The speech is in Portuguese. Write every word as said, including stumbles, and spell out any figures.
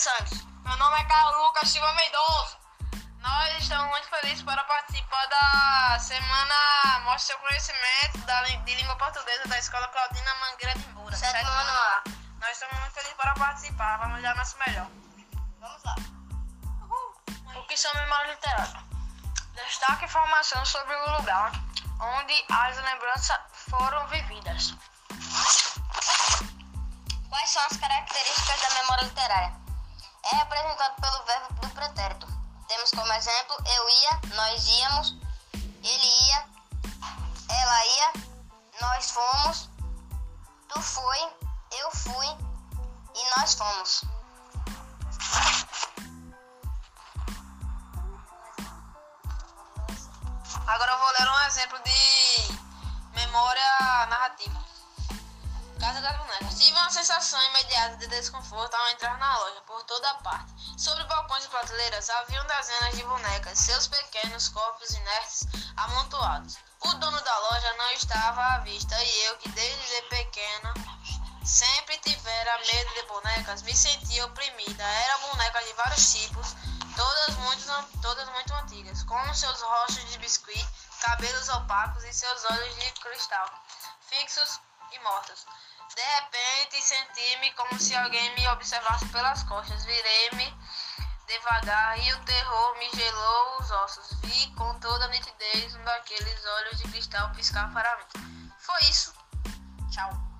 Santos. Meu nome é Carlos Lucas Silva Mendonça. Nós estamos muito felizes para participar da semana Mostre Seu Conhecimento da, de Língua Portuguesa da Escola Claudina Mangueira de Moura. Sétimo ano A. Nós estamos muito felizes para participar. Vamos dar nosso melhor. Vamos lá. O que são memórias literárias? Destaque informação sobre o lugar onde as lembranças foram vividas. Quais são as características da memória literária? É representado pelo verbo do pretérito. Temos como exemplo eu ia, nós íamos, ele ia, ela ia, nós fomos, tu foi, eu fui e nós fomos. Agora eu vou ler um exemplo de memória narrativa. Casa das Bonecas. Tive uma sensação imediata de desconforto ao entrar na loja, por toda parte. Sobre balcões e prateleiras haviam dezenas de bonecas, seus pequenos corpos inertes amontoados. O dono da loja não estava à vista e eu, que desde pequena sempre tivera medo de bonecas, me sentia oprimida. Eram bonecas de vários tipos, todas muito, todas muito antigas, com seus rostos de biscuit, cabelos opacos e seus olhos de cristal, fixos e mortos. De repente, senti-me como se alguém me observasse pelas costas. Virei-me devagar e o terror me gelou os ossos. Vi com toda a nitidez um daqueles olhos de cristal piscar para mim. Foi isso. Tchau.